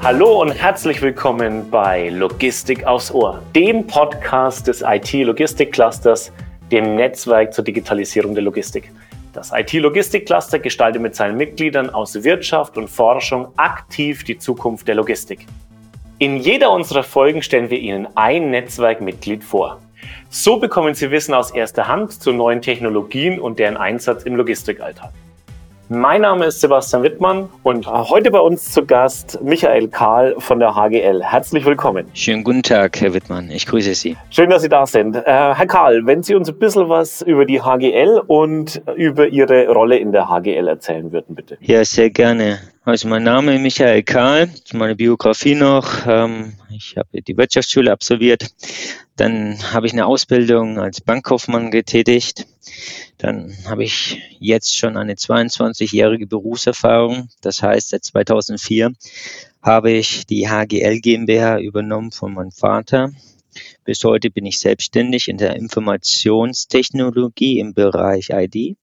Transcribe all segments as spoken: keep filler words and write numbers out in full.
Hallo und herzlich willkommen bei Logistik aufs Ohr, dem Podcast des I T-Logistik-Clusters, dem Netzwerk zur Digitalisierung der Logistik. Das I T-Logistik-Cluster gestaltet mit seinen Mitgliedern aus Wirtschaft und Forschung aktiv die Zukunft der Logistik. In jeder unserer Folgen stellen wir Ihnen ein Netzwerkmitglied vor. So bekommen Sie Wissen aus erster Hand zu neuen Technologien und deren Einsatz im Logistikalltag. Mein Name ist Sebastian Wittmann und heute bei uns zu Gast Michael Kahl von der H G L. Herzlich willkommen. Schönen guten Tag, Herr Wittmann. Ich grüße Sie. Schön, dass Sie da sind. Äh, Herr Kahl, wenn Sie uns ein bisschen was über die H G L und über Ihre Rolle in der H G L erzählen würden, bitte. Ja, sehr gerne. Also mein Name ist Michael Kahl, das ist meine Biografie noch. Ich habe die Wirtschaftsschule absolviert. Dann habe ich eine Ausbildung als Bankkaufmann getätigt. Dann habe ich jetzt schon eine zweiundzwanzigjährige Berufserfahrung. Das heißt, seit zweitausendvier habe ich die H G L GmbH übernommen von meinem Vater. Bis heute bin ich selbstständig in der Informationstechnologie im Bereich I D.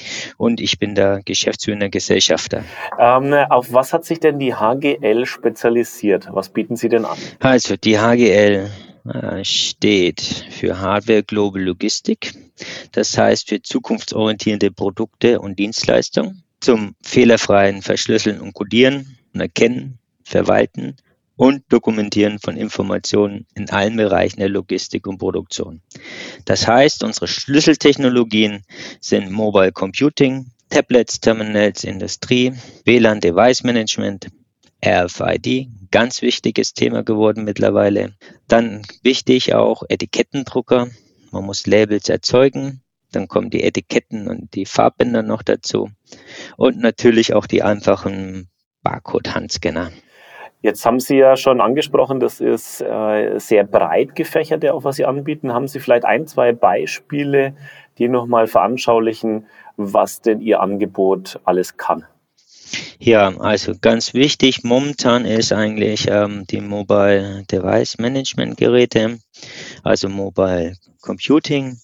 Und ich bin der geschäftsführende Gesellschafter. Ähm, auf was hat sich denn die H G L spezialisiert? Was bieten Sie denn an? Also die H G L äh, steht für Hardware Global Logistik. Das heißt für zukunftsorientierte Produkte und Dienstleistungen zum fehlerfreien Verschlüsseln und Codieren und Erkennen, Verwalten und Dokumentieren von Informationen in allen Bereichen der Logistik und Produktion. Das heißt, unsere Schlüsseltechnologien sind Mobile Computing, Tablets, Terminals, Industrie, W L A N Device Management, R F I D, ganz wichtiges Thema geworden mittlerweile. Dann wichtig auch Etikettendrucker. Man muss Labels erzeugen. Dann kommen die Etiketten und die Farbbänder noch dazu. Und natürlich auch die einfachen Barcode-Handscanner. Jetzt haben Sie ja schon angesprochen, das ist äh, sehr breit gefächert, ja, auch was Sie anbieten. Haben Sie vielleicht ein, zwei Beispiele, die nochmal veranschaulichen, was denn Ihr Angebot alles kann? Ja, also ganz wichtig momentan ist eigentlich ähm, die Mobile Device Management Geräte, also Mobile Computing.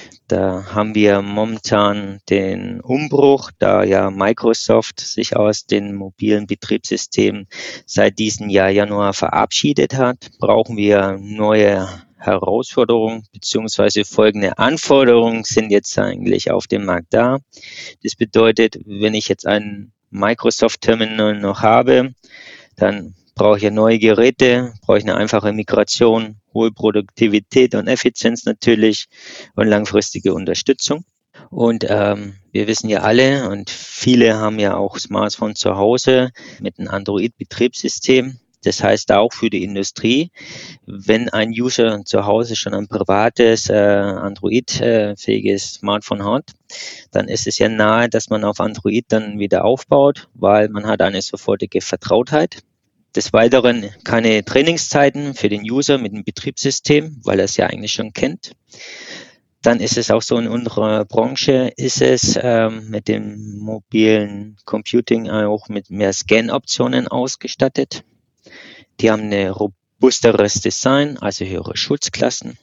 Da haben wir momentan den Umbruch, da ja Microsoft sich aus den mobilen Betriebssystemen seit diesem Jahr Januar verabschiedet hat, brauchen wir neue Herausforderungen beziehungsweise folgende Anforderungen sind jetzt eigentlich auf dem Markt da. Das bedeutet, wenn ich jetzt ein Microsoft Terminal noch habe, dann brauche ich ja neue Geräte, brauche ich eine einfache Migration, hohe Produktivität und Effizienz natürlich und langfristige Unterstützung. Und ähm, wir wissen ja alle und viele haben ja auch Smartphones zu Hause mit einem Android-Betriebssystem. Das heißt auch für die Industrie, wenn ein User zu Hause schon ein privates äh, Android-fähiges Smartphone hat, dann ist es ja nahe, dass man auf Android dann wieder aufbaut, weil man hat eine sofortige Vertrautheit. Des Weiteren keine Trainingszeiten für den User mit dem Betriebssystem, weil er es ja eigentlich schon kennt. Dann ist es auch so, in unserer Branche ist es ähm, mit dem mobilen Computing auch mit mehr Scan-Optionen ausgestattet. Die haben ein robusteres Design, also höhere Schutzklassen.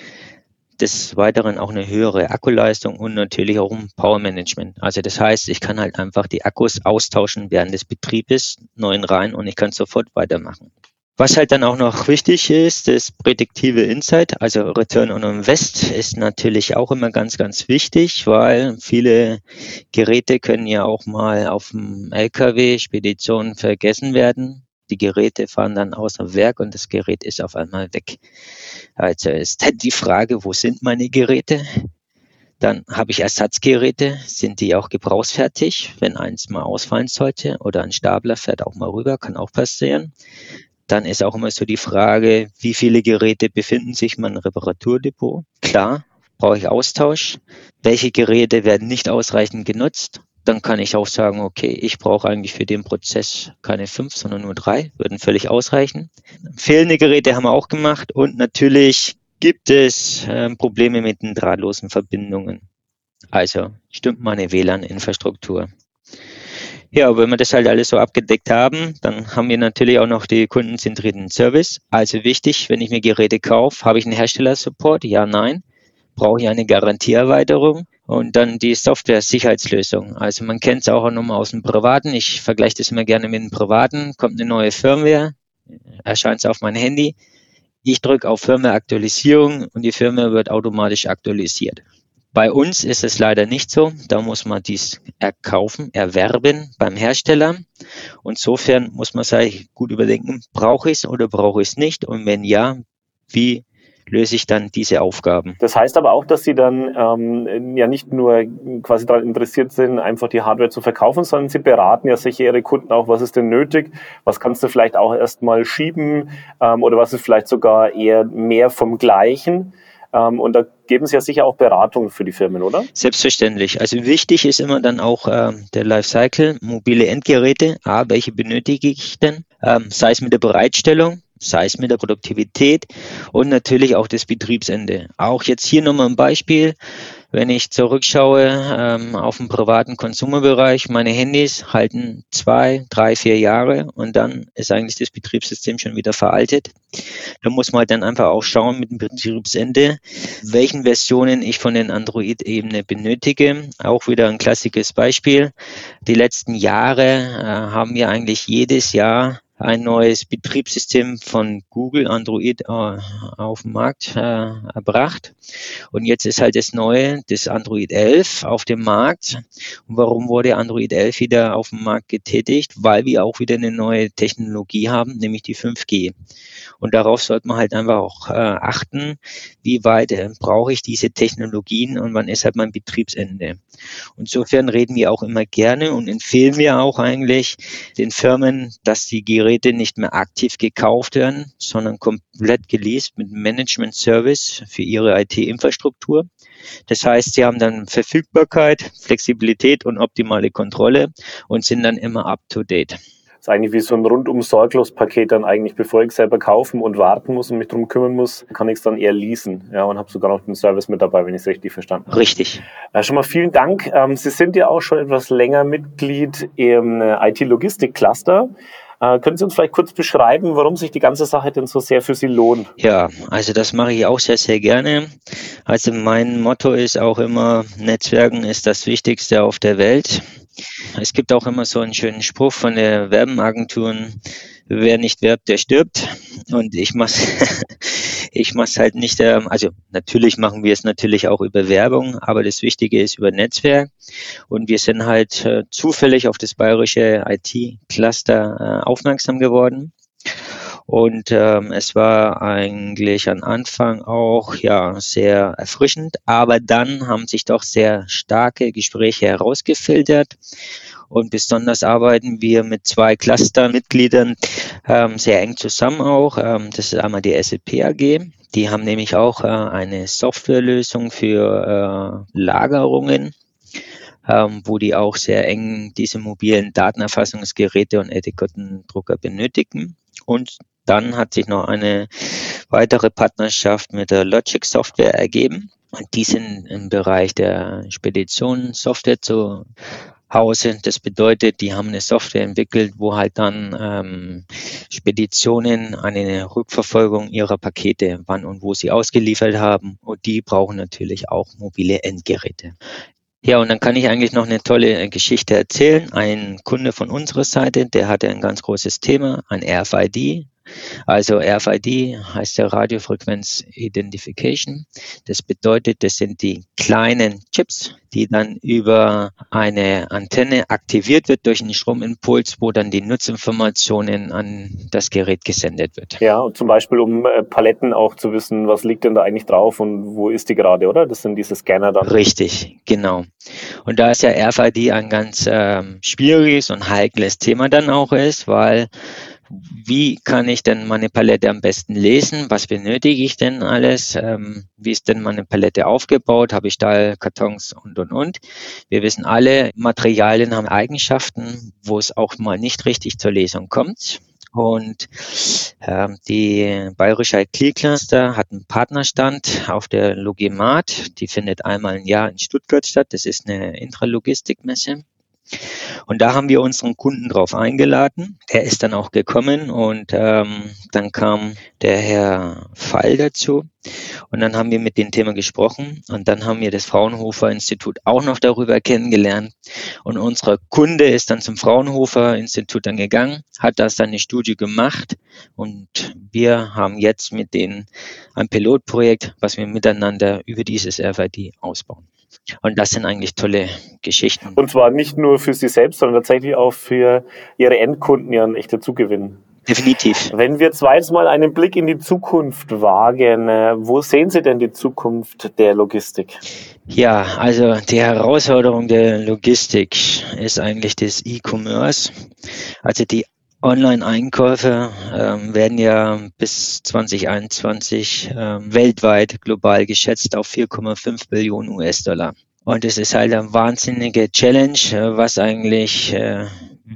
Des Weiteren auch eine höhere Akkuleistung und natürlich auch ein Power-Management. Also das heißt, ich kann halt einfach die Akkus austauschen während des Betriebes, neuen rein und ich kann sofort weitermachen. Was halt dann auch noch wichtig ist, das prädiktive Insight, also Return on Invest ist natürlich auch immer ganz, ganz wichtig, weil viele Geräte können ja auch mal auf dem L K W, Spedition vergessen werden. Die Geräte fahren dann außer Werk und das Gerät ist auf einmal weg. Also ist halt die Frage, wo sind meine Geräte? Dann habe ich Ersatzgeräte, sind die auch gebrauchsfertig, wenn eins mal ausfallen sollte oder ein Stapler fährt auch mal rüber, kann auch passieren. Dann ist auch immer so die Frage, wie viele Geräte befinden sich in meinem Reparaturdepot? Klar, brauche ich Austausch. Welche Geräte werden nicht ausreichend genutzt? Dann kann ich auch sagen, okay, ich brauche eigentlich für den Prozess keine fünf, sondern nur drei, würden völlig ausreichen. Fehlende Geräte haben wir auch gemacht und natürlich gibt es äh, Probleme mit den drahtlosen Verbindungen. Also stimmt meine W L A N-Infrastruktur. Ja, wenn wir das halt alles so abgedeckt haben, dann haben wir natürlich auch noch die kundenzentrierten Service. Also wichtig, wenn ich mir Geräte kaufe, habe ich einen Herstellersupport? Ja, nein. Brauche ich eine Garantieerweiterung? Und dann die Software-Sicherheitslösung. Also man kennt es auch nochmal aus dem Privaten. Ich vergleiche das immer gerne mit dem Privaten. Kommt eine neue Firmware, erscheint es auf mein Handy. Ich drücke auf Firmware-Aktualisierung und die Firmware wird automatisch aktualisiert. Bei uns ist es leider nicht so. Da muss man dies erkaufen, erwerben beim Hersteller. Und insofern muss man sich gut überdenken, brauche ich es oder brauche ich es nicht? Und wenn ja, wie löse ich dann diese Aufgaben? Das heißt aber auch, dass Sie dann ähm, ja nicht nur quasi daran interessiert sind, einfach die Hardware zu verkaufen, sondern Sie beraten ja sicher Ihre Kunden auch, was ist denn nötig, was kannst du vielleicht auch erstmal schieben ähm, oder was ist vielleicht sogar eher mehr vom Gleichen. Ähm, und da geben Sie ja sicher auch Beratung für die Firmen, oder? Selbstverständlich. Also wichtig ist immer dann auch ähm, der Lifecycle, mobile Endgeräte. Ah, welche benötige ich denn? Ähm, sei es mit der Bereitstellung, sei es mit der Produktivität und natürlich auch das Betriebsende. Auch jetzt hier nochmal ein Beispiel. Wenn ich zurückschaue ähm, auf den privaten Konsumerbereich, meine Handys halten zwei, drei, vier Jahre und dann ist eigentlich das Betriebssystem schon wieder veraltet. Da muss man halt dann einfach auch schauen mit dem Betriebsende, welchen Versionen ich von den Android-Ebene benötige. Auch wieder ein klassisches Beispiel. Die letzten Jahre äh, haben wir eigentlich jedes Jahr ein neues Betriebssystem von Google, Android, äh, auf den Markt äh, erbracht. Und jetzt ist halt das neue, das Android elf auf dem Markt. Und warum wurde Android elf wieder auf dem Markt getätigt? Weil wir auch wieder eine neue Technologie haben, nämlich die fünf G. Und darauf sollte man halt einfach auch äh, achten, wie weit äh, brauche ich diese Technologien und wann ist halt mein Betriebsende. Und insofern reden wir auch immer gerne und empfehlen wir auch eigentlich den Firmen, dass die Geräte nicht mehr aktiv gekauft werden, sondern komplett geleast mit Management Service für ihre I T-Infrastruktur. Das heißt, sie haben dann Verfügbarkeit, Flexibilität und optimale Kontrolle und sind dann immer up to date. Das ist eigentlich wie so ein rundum sorglos Paket dann eigentlich, bevor ich selber kaufen und warten muss und mich drum kümmern muss, kann ich es dann eher leasen, ja, und habe sogar noch den Service mit dabei, wenn ich es richtig verstanden habe. Richtig. Ja, schon mal vielen Dank. Ähm, Sie sind ja auch schon etwas länger Mitglied im äh, I T-Logistik-Cluster. Äh, können Sie uns vielleicht kurz beschreiben, warum sich die ganze Sache denn so sehr für Sie lohnt? Ja, also das mache ich auch sehr, sehr gerne. Also mein Motto ist auch immer, Netzwerken ist das Wichtigste auf der Welt. Es gibt auch immer so einen schönen Spruch von der Werbeagenturen, wer nicht werbt, der stirbt. Und ich mach's, ich mach's halt nicht, also natürlich machen wir es natürlich auch über Werbung, aber das Wichtige ist über Netzwerk. Und wir sind halt äh, zufällig auf das bayerische I T-Cluster äh, aufmerksam geworden. Und ähm, es war eigentlich am Anfang auch ja sehr erfrischend, aber dann haben sich doch sehr starke Gespräche herausgefiltert. Und besonders arbeiten wir mit zwei Clustermitgliedern ähm, sehr eng zusammen auch. Ähm, das ist einmal die S A P A G. Die haben nämlich auch äh, eine Softwarelösung für äh, Lagerungen, ähm, wo die auch sehr eng diese mobilen Datenerfassungsgeräte und Etikettendrucker benötigen. Und dann hat sich noch eine weitere Partnerschaft mit der Logic Software ergeben. Und die sind im Bereich der Spedition-Software zu Hause. Das bedeutet, die haben eine Software entwickelt, wo halt dann ähm, Speditionen eine Rückverfolgung ihrer Pakete, wann und wo sie ausgeliefert haben. Und die brauchen natürlich auch mobile Endgeräte. Ja, und dann kann ich eigentlich noch eine tolle Geschichte erzählen. Ein Kunde von unserer Seite, der hatte ein ganz großes Thema, ein R F I D. Also R F I D heißt ja Radiofrequenz Identification. Das bedeutet, das sind die kleinen Chips, die dann über eine Antenne aktiviert wird durch einen Stromimpuls, wo dann die Nutzinformationen an das Gerät gesendet wird. Ja, und zum Beispiel um äh, Paletten auch zu wissen, was liegt denn da eigentlich drauf und wo ist die gerade, oder? Das sind diese Scanner dann. Richtig, genau. Und da ist ja R F I D ein ganz ähm, schwieriges und heikles Thema dann auch ist, weil wie kann ich denn meine Palette am besten lesen? Was benötige ich denn alles? Ähm, wie ist denn meine Palette aufgebaut? Habe ich Stahlkartons und, und, und. Wir wissen alle, Materialien haben Eigenschaften, wo es auch mal nicht richtig zur Lesung kommt. Und ähm, die bayerische I T-Cluster hat einen Partnerstand auf der Logimat. Die findet einmal im Jahr in Stuttgart statt. Das ist eine Intralogistikmesse. Und da haben wir unseren Kunden drauf eingeladen. Der ist dann auch gekommen und ähm, dann kam der Herr Fall dazu. Und dann haben wir mit dem Thema gesprochen und dann haben wir das Fraunhofer Institut auch noch darüber kennengelernt. Und unser Kunde ist dann zum Fraunhofer Institut dann gegangen, hat das dann eine Studie gemacht und wir haben jetzt mit denen ein Pilotprojekt, was wir miteinander über dieses R F I D ausbauen. Und das sind eigentlich tolle Geschichten. Und zwar nicht nur für Sie selbst, sondern tatsächlich auch für Ihre Endkunden ja ein echter Zugewinn. Definitiv. Wenn wir zweites Mal einen Blick in die Zukunft wagen, wo sehen Sie denn die Zukunft der Logistik? Ja, also die Herausforderung der Logistik ist eigentlich das E-Commerce. Also die Online-Einkäufe ähm, werden ja bis zwanzig einundzwanzig ähm, weltweit global geschätzt auf vier Komma fünf Billionen U S-Dollar. Und es ist halt eine wahnsinnige Challenge, äh, was eigentlich äh,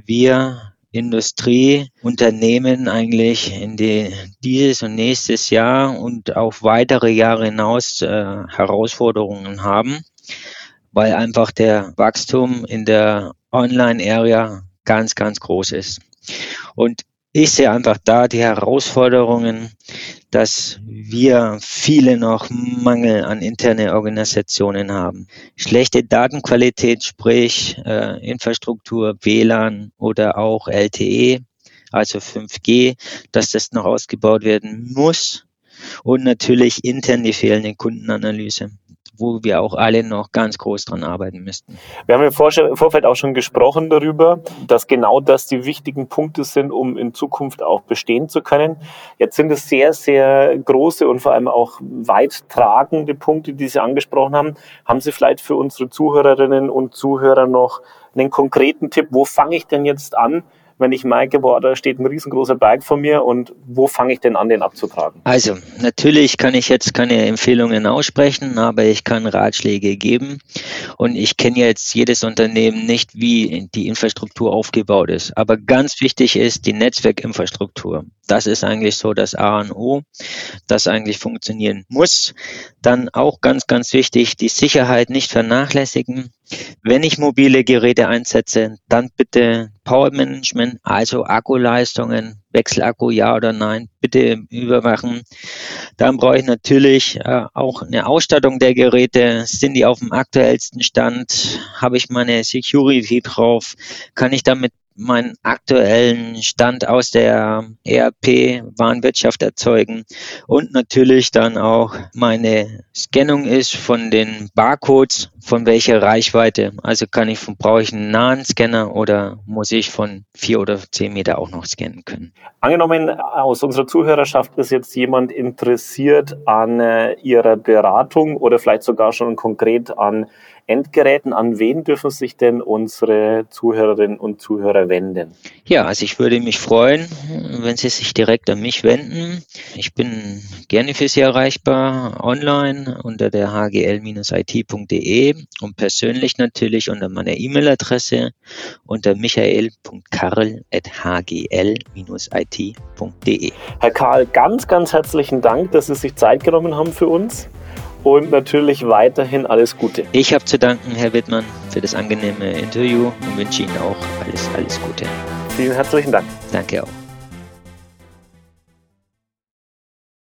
wir Industrie, Unternehmen eigentlich in die, dieses und nächstes Jahr und auf weitere Jahre hinaus äh, Herausforderungen haben, weil einfach der Wachstum in der Online-Area ganz, ganz groß ist. Und ich sehe einfach da die Herausforderungen, dass wir viele noch Mangel an interne Organisationen haben. Schlechte Datenqualität, sprich äh, Infrastruktur, W L A N oder auch L T E, also fünf G, dass das noch ausgebaut werden muss. Und natürlich intern die fehlende Kundenanalyse, wo wir auch alle noch ganz groß dran arbeiten müssten. Wir haben im Vorfeld auch schon gesprochen darüber, dass genau das die wichtigen Punkte sind, um in Zukunft auch bestehen zu können. Jetzt sind es sehr, sehr große und vor allem auch weit tragende Punkte, die Sie angesprochen haben. Haben Sie vielleicht für unsere Zuhörerinnen und Zuhörer noch einen konkreten Tipp? Wo fange ich denn jetzt an, wenn ich merke, boah, da steht ein riesengroßer Berg vor mir und wo fange ich denn an, den abzutragen? Also, natürlich kann ich jetzt keine Empfehlungen aussprechen, aber ich kann Ratschläge geben. Und ich kenne jetzt jedes Unternehmen nicht, wie die Infrastruktur aufgebaut ist. Aber ganz wichtig ist die Netzwerkinfrastruktur. Das ist eigentlich so das A und O, das eigentlich funktionieren muss. Dann auch ganz, ganz wichtig, die Sicherheit nicht vernachlässigen. Wenn ich mobile Geräte einsetze, dann bitte Power Management, also Akkuleistungen, Wechselakku ja oder nein, bitte überwachen. Dann brauche ich natürlich äh, auch eine Ausstattung der Geräte. Sind die auf dem aktuellsten Stand? Habe ich meine Security drauf? Kann ich damit meinen aktuellen Stand aus der E R P-Warenwirtschaft erzeugen und natürlich dann auch meine Scannung ist von den Barcodes, von welcher Reichweite. Also kann ich von, brauche ich einen nahen Scanner oder muss ich von vier oder zehn Meter auch noch scannen können? Angenommen, aus unserer Zuhörerschaft ist jetzt jemand interessiert an äh, Ihrer Beratung oder vielleicht sogar schon konkret an Endgeräten. An wen dürfen sich denn unsere Zuhörerinnen und Zuhörer wenden? Ja, also ich würde mich freuen, wenn Sie sich direkt an mich wenden. Ich bin gerne für Sie erreichbar online unter der h g l Bindestrich i t Punkt d e und persönlich natürlich unter meiner E-Mail-Adresse unter michael Punkt karl at h g l Bindestrich i t Punkt d e. Herr Karl, ganz, ganz herzlichen Dank, dass Sie sich Zeit genommen haben für uns. Und natürlich weiterhin alles Gute. Ich habe zu danken, Herr Wittmann, für das angenehme Interview und wünsche Ihnen auch alles, alles Gute. Vielen herzlichen Dank. Danke auch.